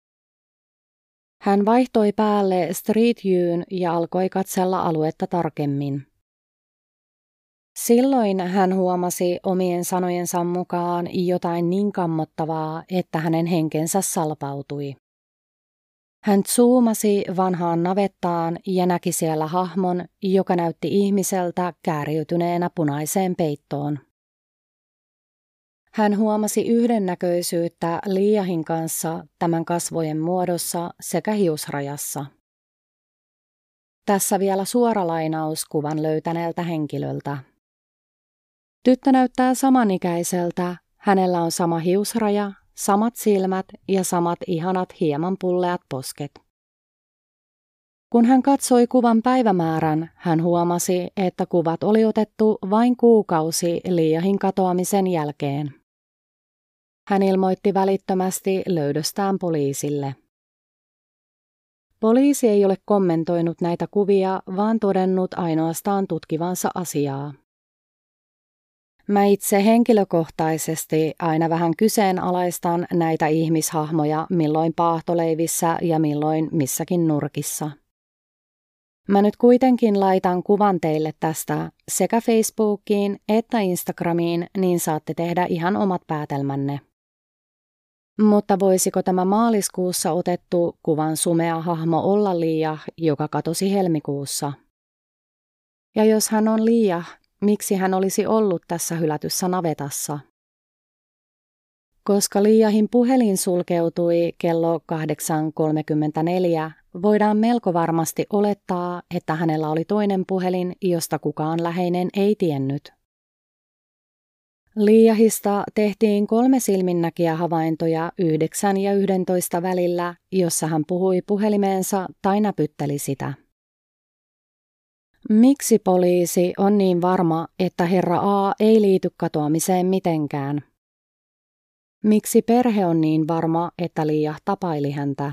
Hän vaihtoi päälle Street Viewn ja alkoi katsella aluetta tarkemmin. Silloin hän huomasi omien sanojensa mukaan jotain niin kammottavaa, että hänen henkensä salpautui. Hän zoomasi vanhaan navettaan ja näki siellä hahmon, joka näytti ihmiseltä kääriytyneenä punaiseen peittoon. Hän huomasi yhdennäköisyyttä Leahin kanssa tämän kasvojen muodossa sekä hiusrajassa. Tässä vielä suora lainaus kuvan löytäneeltä henkilöltä. Tyttö näyttää samanikäiseltä, hänellä on sama hiusraja, samat silmät ja samat ihanat hieman pulleat posket. Kun hän katsoi kuvan päivämäärän, hän huomasi, että kuvat oli otettu vain kuukausi Leahin katoamisen jälkeen. Hän ilmoitti välittömästi löydöstään poliisille. Poliisi ei ole kommentoinut näitä kuvia, vaan todennut ainoastaan tutkivansa asiaa. Mä itse henkilökohtaisesti aina vähän kyseenalaistan näitä ihmishahmoja milloin paahtoleivissä ja milloin missäkin nurkissa. Mä nyt kuitenkin laitan kuvan teille tästä sekä Facebookiin että Instagramiin, niin saatte tehdä ihan omat päätelmänne. Mutta voisiko tämä maaliskuussa otettu kuvan sumea hahmo olla Leah, joka katosi helmikuussa? Ja jos hän on Leah, miksi hän olisi ollut tässä hylätyssä navetassa? Koska Leahin puhelin sulkeutui kello 8.34, voidaan melko varmasti olettaa, että hänellä oli toinen puhelin, josta kukaan läheinen ei tiennyt. Leahista tehtiin 3 silminnäkijähavaintoja 9 ja 11 välillä, jossa hän puhui puhelimeensa tai näpytteli sitä. Miksi poliisi on niin varma, että herra A ei liity katoamiseen mitenkään? Miksi perhe on niin varma, että Leah tapaili häntä?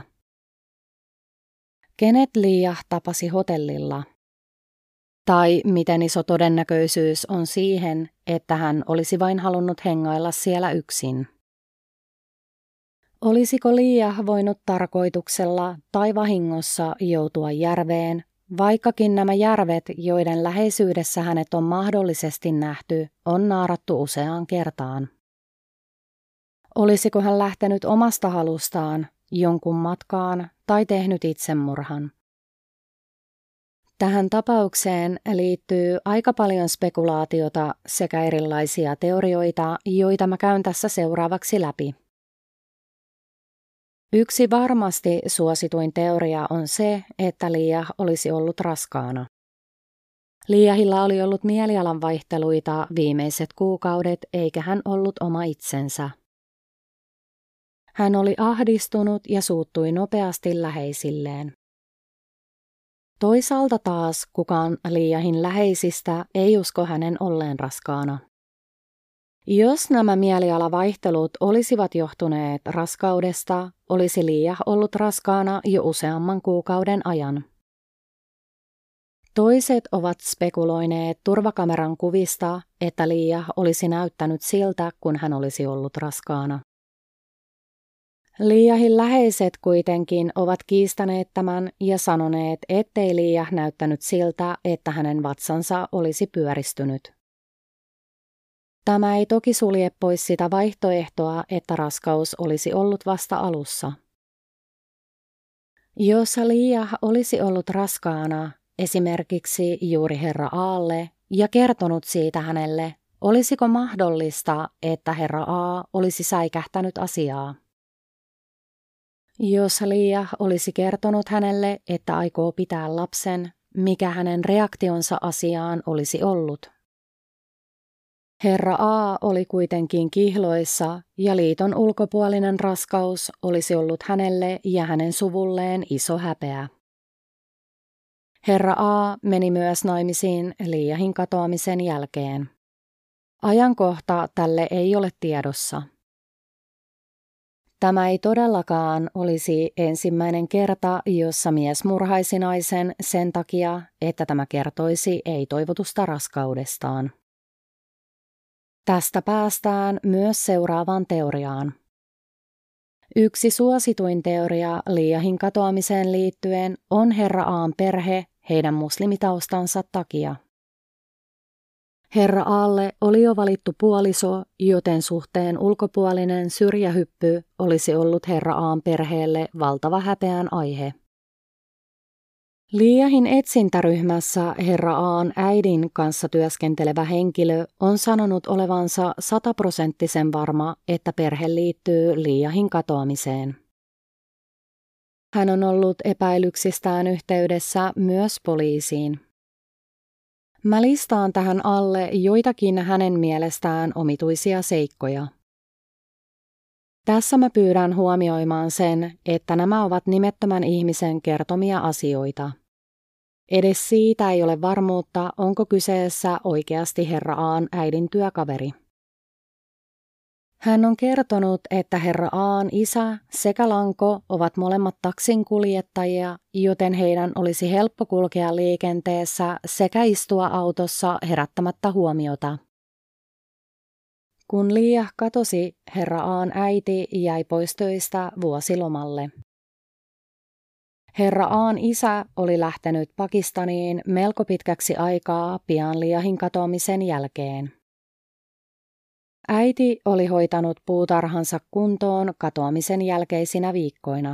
Kenet Leah tapasi hotellilla? Tai miten iso todennäköisyys on siihen, että hän olisi vain halunnut hengailla siellä yksin? Olisiko Leah voinut tarkoituksella tai vahingossa joutua järveen, vaikkakin nämä järvet, joiden läheisyydessä hänet on mahdollisesti nähty, on naarattu useaan kertaan? Olisiko hän lähtenyt omasta halustaan jonkun matkaan tai tehnyt itsemurhan? Tähän tapaukseen liittyy aika paljon spekulaatiota sekä erilaisia teorioita, joita mä käyn tässä seuraavaksi läpi. Yksi varmasti suosituin teoria on se, että Leah olisi ollut raskaana. Leahilla oli ollut mielialan vaihteluita viimeiset kuukaudet, eikä hän ollut oma itsensä. Hän oli ahdistunut ja suuttui nopeasti läheisilleen. Toisaalta taas kukaan Leahin läheisistä ei usko hänen olleen raskaana. Jos nämä mielialavaihtelut olisivat johtuneet raskaudesta, olisi Leah ollut raskaana jo useamman kuukauden ajan. Toiset ovat spekuloineet turvakameran kuvista, että Leah olisi näyttänyt siltä, kun hän olisi ollut raskaana. Leahin läheiset kuitenkin ovat kiistäneet tämän ja sanoneet, ettei Leah näyttänyt siltä, että hänen vatsansa olisi pyöristynyt. Tämä ei toki sulje pois sitä vaihtoehtoa, että raskaus olisi ollut vasta alussa. Jos Leah olisi ollut raskaana, esimerkiksi juuri herra Aalle, ja kertonut siitä hänelle, olisiko mahdollista, että herra A olisi säikähtänyt asiaa? Jos Leah olisi kertonut hänelle, että aikoo pitää lapsen, mikä hänen reaktionsa asiaan olisi ollut? Herra A oli kuitenkin kihloissa ja liiton ulkopuolinen raskaus olisi ollut hänelle ja hänen suvulleen iso häpeä. Herra A meni myös naimisiin Leahin katoamisen jälkeen. Ajankohta tälle ei ole tiedossa. Tämä ei todellakaan olisi ensimmäinen kerta, jossa mies murhaisi naisen sen takia, että tämä kertoisi ei-toivotusta raskaudestaan. Tästä päästään myös seuraavaan teoriaan. Yksi suosituin teoria Leahin katoamiseen liittyen on herra A:n perhe heidän muslimitaustansa takia. Herra Aalle oli jo valittu puoliso, joten suhteen ulkopuolinen syrjähyppy olisi ollut herra Aan perheelle valtava häpeän aihe. Liiahin etsintäryhmässä herra Aan äidin kanssa työskentelevä henkilö on sanonut olevansa 100% varma, että perhe liittyy Liiahin katoamiseen. Hän on ollut epäilyksistään yhteydessä myös poliisiin. Mä listaan tähän alle joitakin hänen mielestään omituisia seikkoja. Tässä mä pyydän huomioimaan sen, että nämä ovat nimettömän ihmisen kertomia asioita. Edes siitä ei ole varmuutta, onko kyseessä oikeasti herra Aan äidin työkaveri. Hän on kertonut, että herra Aan isä sekä lanko ovat molemmat taksinkuljettajia, joten heidän olisi helppo kulkea liikenteessä sekä istua autossa herättämättä huomiota. Kun Liiah katosi, herra Aan äiti jäi pois töistä vuosilomalle. Herra Aan isä oli lähtenyt Pakistaniin melko pitkäksi aikaa pian Liiahin katoamisen jälkeen. Äiti oli hoitanut puutarhansa kuntoon katoamisen jälkeisinä viikkoina.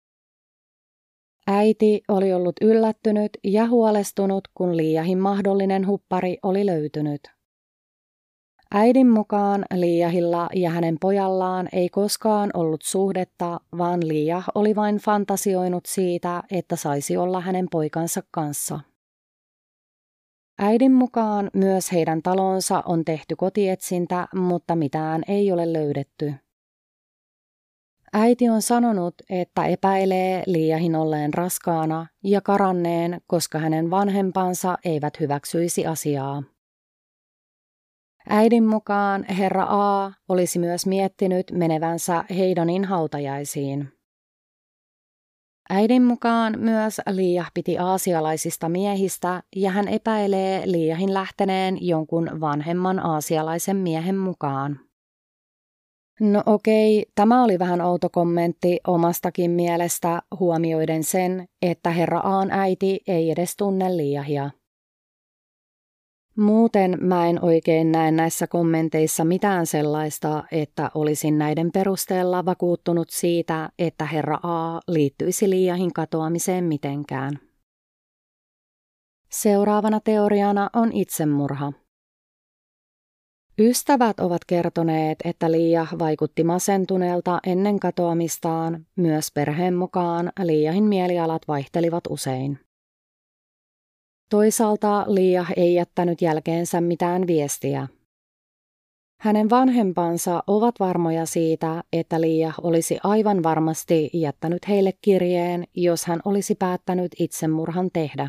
Äiti oli ollut yllättynyt ja huolestunut, kun Liiahin mahdollinen huppari oli löytynyt. Äidin mukaan Liiahilla ja hänen pojallaan ei koskaan ollut suhdetta, vaan Liiah oli vain fantasioinut siitä, että saisi olla hänen poikansa kanssa. Äidin mukaan myös heidän talonsa on tehty kotietsintä, mutta mitään ei ole löydetty. Äiti on sanonut, että epäilee Liiahin olleen raskaana ja karanneen, koska hänen vanhempansa eivät hyväksyisi asiaa. Äidin mukaan herra A olisi myös miettinyt menevänsä Heidonin hautajaisiin. Äidin mukaan myös Liiah piti aasialaisista miehistä ja hän epäilee Liiahin lähteneen jonkun vanhemman aasialaisen miehen mukaan. No okei, tämä oli vähän outo kommentti omastakin mielestä huomioiden sen, että herra Aan äiti ei edes tunne Liiahia. Muuten mä en oikein näe näissä kommenteissa mitään sellaista, että olisin näiden perusteella vakuuttunut siitä, että herra A liittyisi Liiahin katoamiseen mitenkään. Seuraavana teoriana on itsemurha. Ystävät ovat kertoneet, että Liiah vaikutti masentuneelta ennen katoamistaan, myös perheen mukaan Liiahin mielialat vaihtelivat usein. Toisaalta Liiah ei jättänyt jälkeensä mitään viestiä. Hänen vanhempansa ovat varmoja siitä, että Liiah olisi aivan varmasti jättänyt heille kirjeen, jos hän olisi päättänyt itsemurhan tehdä.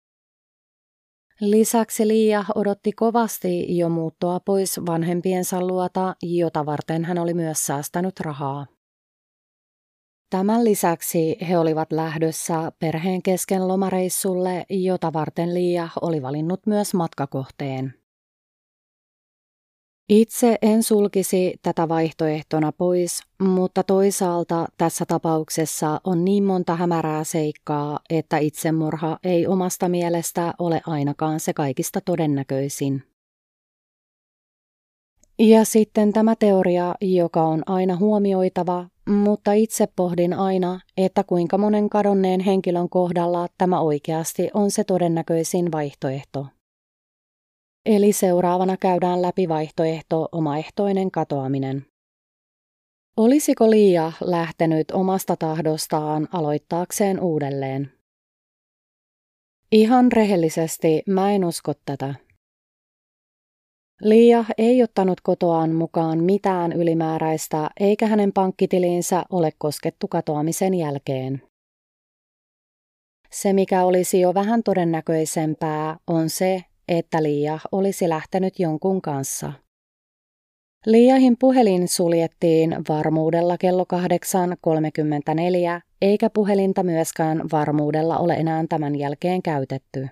Lisäksi Liiah odotti kovasti jo muuttoa pois vanhempiensa luota, jota varten hän oli myös säästänyt rahaa. Tämän lisäksi he olivat lähdössä perheen kesken lomareissulle, jota varten Liiah oli valinnut myös matkakohteen. Itse en sulkisi tätä vaihtoehtona pois, mutta toisaalta tässä tapauksessa on niin monta hämärää seikkaa, että itsemurha ei omasta mielestä ole ainakaan se kaikista todennäköisin. Ja sitten tämä teoria, joka on aina huomioitava, mutta itse pohdin aina, että kuinka monen kadonneen henkilön kohdalla tämä oikeasti on se todennäköisin vaihtoehto. Eli seuraavana käydään läpi vaihtoehto omaehtoinen katoaminen. Olisiko Liiah lähtenyt omasta tahdostaan aloittaakseen uudelleen? Ihan rehellisesti mä en usko tätä. Liiah ei ottanut kotoaan mukaan mitään ylimääräistä, eikä hänen pankkitiliinsä ole koskettu katoamisen jälkeen. Se, mikä olisi jo vähän todennäköisempää, on se, että Liiah olisi lähtenyt jonkun kanssa. Liiahin puhelin suljettiin varmuudella kello 8:34, eikä puhelinta myöskään varmuudella ole enää tämän jälkeen käytetty.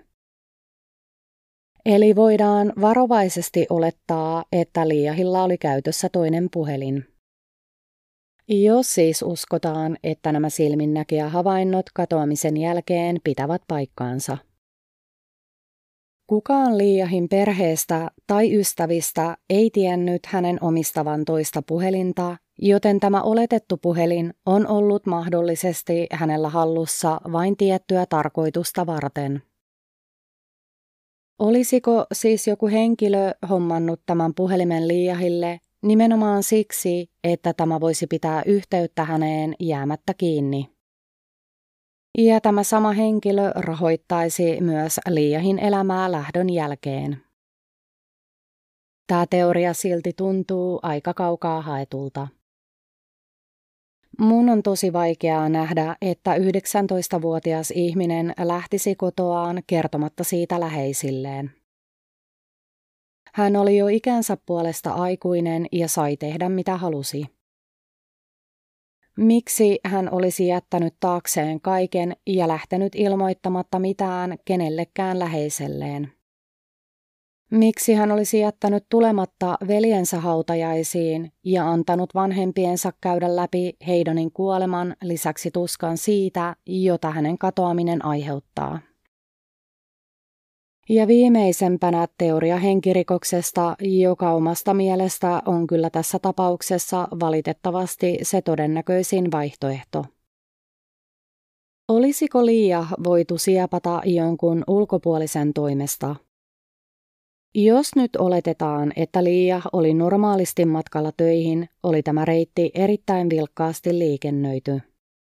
Eli voidaan varovaisesti olettaa, että Liiahilla oli käytössä toinen puhelin. Jos siis uskotaan, että nämä silminnäkijähavainnot katoamisen jälkeen pitävät paikkaansa. Kukaan Leahin perheestä tai ystävistä ei tiennyt hänen omistavan toista puhelinta, joten tämä oletettu puhelin on ollut mahdollisesti hänellä hallussa vain tiettyä tarkoitusta varten. Olisiko siis joku henkilö hommannut tämän puhelimen Leahille nimenomaan siksi, että tämä voisi pitää yhteyttä häneen jäämättä kiinni? Ja tämä sama henkilö rahoittaisi myös Leahin elämää lähdön jälkeen. Tämä teoria silti tuntuu aika kaukaa haetulta. Mun on tosi vaikeaa nähdä, että 19-vuotias ihminen lähtisi kotoaan kertomatta siitä läheisilleen. Hän oli jo ikänsä puolesta aikuinen ja sai tehdä mitä halusi. Miksi hän olisi jättänyt taakseen kaiken ja lähtenyt ilmoittamatta mitään kenellekään läheiselleen? Miksi hän olisi jättänyt tulematta veljensä hautajaisiin ja antanut vanhempiensa käydä läpi Haydonin kuoleman lisäksi tuskan siitä, jota hänen katoaminen aiheuttaa? Ja viimeisempänä teoria henkirikoksesta, joka omasta mielestä on kyllä tässä tapauksessa valitettavasti se todennäköisin vaihtoehto. Olisiko Leah voitu siepata jonkun ulkopuolisen toimesta? Jos nyt oletetaan, että Leah oli normaalisti matkalla töihin, oli tämä reitti erittäin vilkkaasti liikennöity.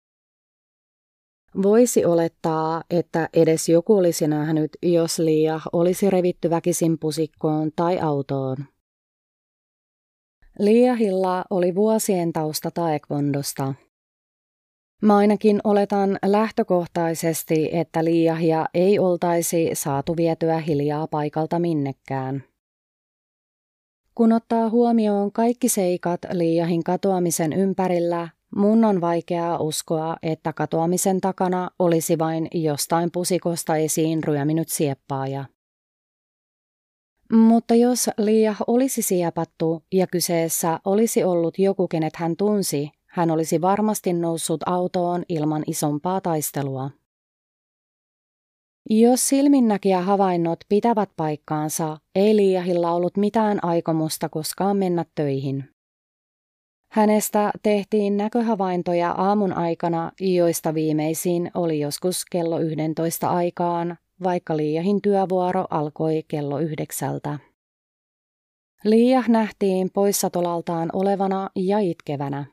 Voisi olettaa, että edes joku olisi nähnyt, jos Leah olisi revitty väkisin pusikkoon tai autoon. Leahilla oli vuosien tausta taekwondosta. Mä ainakin oletan lähtökohtaisesti, että Leahia ei oltaisi saatu vietyä hiljaa paikalta minnekään. Kun ottaa huomioon kaikki seikat Leahin katoamisen ympärillä, mun on vaikeaa uskoa, että katoamisen takana olisi vain jostain pusikosta esiin ryöminyt sieppaaja. Mutta jos Leah olisi siepattu ja kyseessä olisi ollut joku, kenet hän tunsi, hän olisi varmasti noussut autoon ilman isompaa taistelua. Jos silminnäkijähavainnot pitävät paikkaansa, ei Leahilla ollut mitään aikomusta koskaan mennä töihin. Hänestä tehtiin näköhavaintoja aamun aikana, joista viimeisin oli joskus kello 11 aikaan, vaikka Leahin työvuoro alkoi kello 9. Leah nähtiin poissatolaltaan olevana ja itkevänä.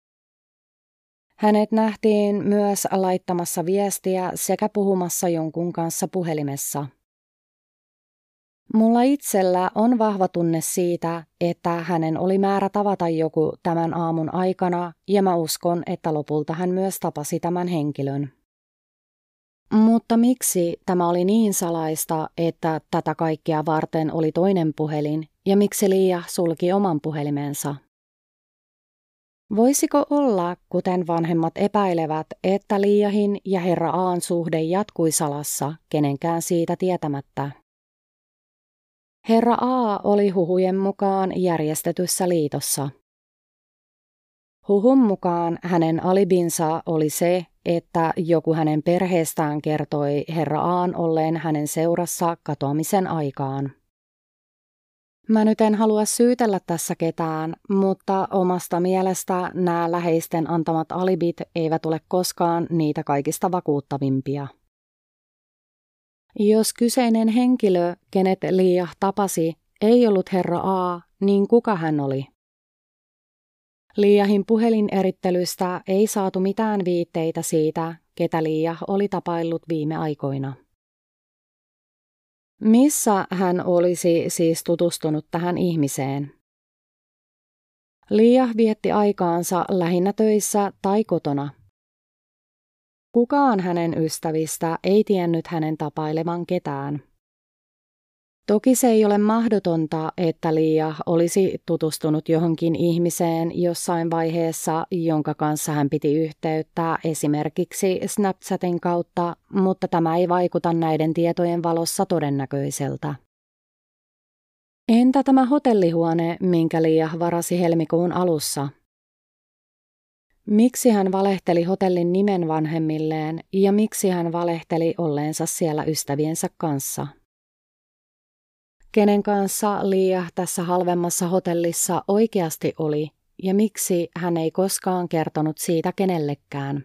Hänet nähtiin myös laittamassa viestiä sekä puhumassa jonkun kanssa puhelimessa. Mulla itsellä on vahva tunne siitä, että hänen oli määrä tavata joku tämän aamun aikana ja mä uskon, että lopulta hän myös tapasi tämän henkilön. Mutta miksi tämä oli niin salaista, että tätä kaikkea varten oli toinen puhelin ja miksi Leah sulki oman puhelimensa? Voisiko olla, kuten vanhemmat epäilevät, että Leahin ja herra A:n suhde jatkui salassa, kenenkään siitä tietämättä? Herra A oli huhujen mukaan järjestetyssä liitossa. Huhun mukaan hänen alibinsa oli se, että joku hänen perheestään kertoi herra A:n olleen hänen seurassa katoamisen aikaan. Mä nyt en halua syytellä tässä ketään, mutta omasta mielestä nämä läheisten antamat alibit eivät ole koskaan niitä kaikista vakuuttavimpia. Jos kyseinen henkilö, kenet Leah tapasi, ei ollut herra A, niin kuka hän oli? Leahin puhelinerittelystä ei saatu mitään viitteitä siitä, ketä Leah oli tapaillut viime aikoina. Missä hän olisi siis tutustunut tähän ihmiseen? Leah vietti aikaansa lähinnä töissä tai kotona. Kukaan hänen ystävistä ei tiennyt hänen tapailevan ketään. Toki se ei ole mahdotonta, että Leah olisi tutustunut johonkin ihmiseen jossain vaiheessa, jonka kanssa hän piti yhteyttä esimerkiksi Snapchatin kautta, mutta tämä ei vaikuta näiden tietojen valossa todennäköiseltä. Entä tämä hotellihuone, minkä Leah varasi helmikuun alussa? Miksi hän valehteli hotellin nimen vanhemmilleen ja miksi hän valehteli olleensa siellä ystäviensä kanssa? Kenen kanssa Leah tässä halvemmassa hotellissa oikeasti oli ja miksi hän ei koskaan kertonut siitä kenellekään.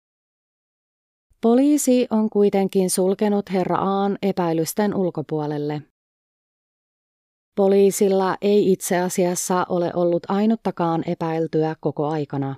Poliisi on kuitenkin sulkenut herra A:n epäilysten ulkopuolelle. Poliisilla ei itse asiassa ole ollut ainuttakaan epäiltyä koko aikana.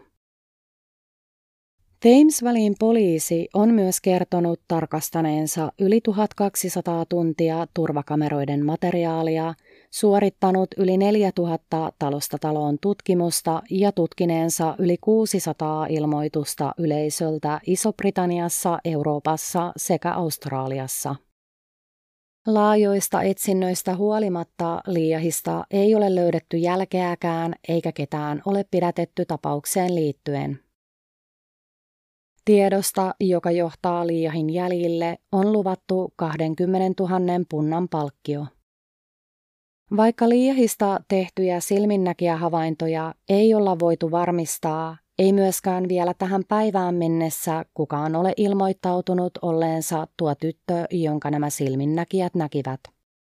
Thamesvallyn poliisi on myös kertonut tarkastaneensa yli 1200 tuntia turvakameroiden materiaalia, suorittanut yli 4000 talosta taloon tutkimusta ja tutkineensa yli 600 ilmoitusta yleisöltä Iso-Britanniassa, Euroopassa sekä Australiassa. Laajoista etsinnöistä huolimatta Leahista ei ole löydetty jälkeäkään eikä ketään ole pidätetty tapaukseen liittyen. Tiedosta, joka johtaa Leahin jäljille, on luvattu 20 000 punnan palkkio. Vaikka Leahista tehtyjä silminnäkijähavaintoja ei olla voitu varmistaa, ei myöskään vielä tähän päivään mennessä kukaan ole ilmoittautunut olleensa tuo tyttö, jonka nämä silminnäkijät näkivät.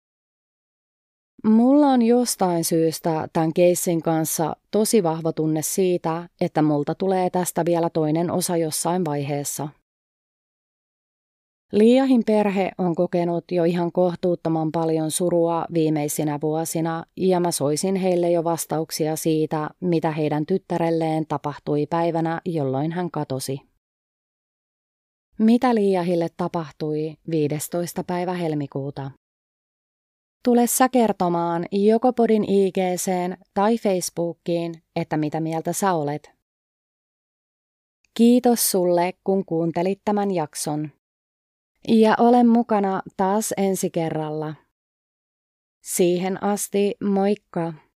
Mulla on jostain syystä tämän keissin kanssa tosi vahva tunne siitä, että multa tulee tästä vielä toinen osa jossain vaiheessa. Leahin perhe on kokenut jo ihan kohtuuttoman paljon surua viimeisinä vuosina ja mä soisin heille jo vastauksia siitä, mitä heidän tyttärelleen tapahtui päivänä, jolloin hän katosi. Mitä Leahille tapahtui 15. päivä helmikuuta? Tule sä kertomaan joko podin IG:seen tai Facebookiin, että mitä mieltä sä olet. Kiitos sulle, kun kuuntelit tämän jakson. Ja ole mukana taas ensi kerralla. Siihen asti, moikka!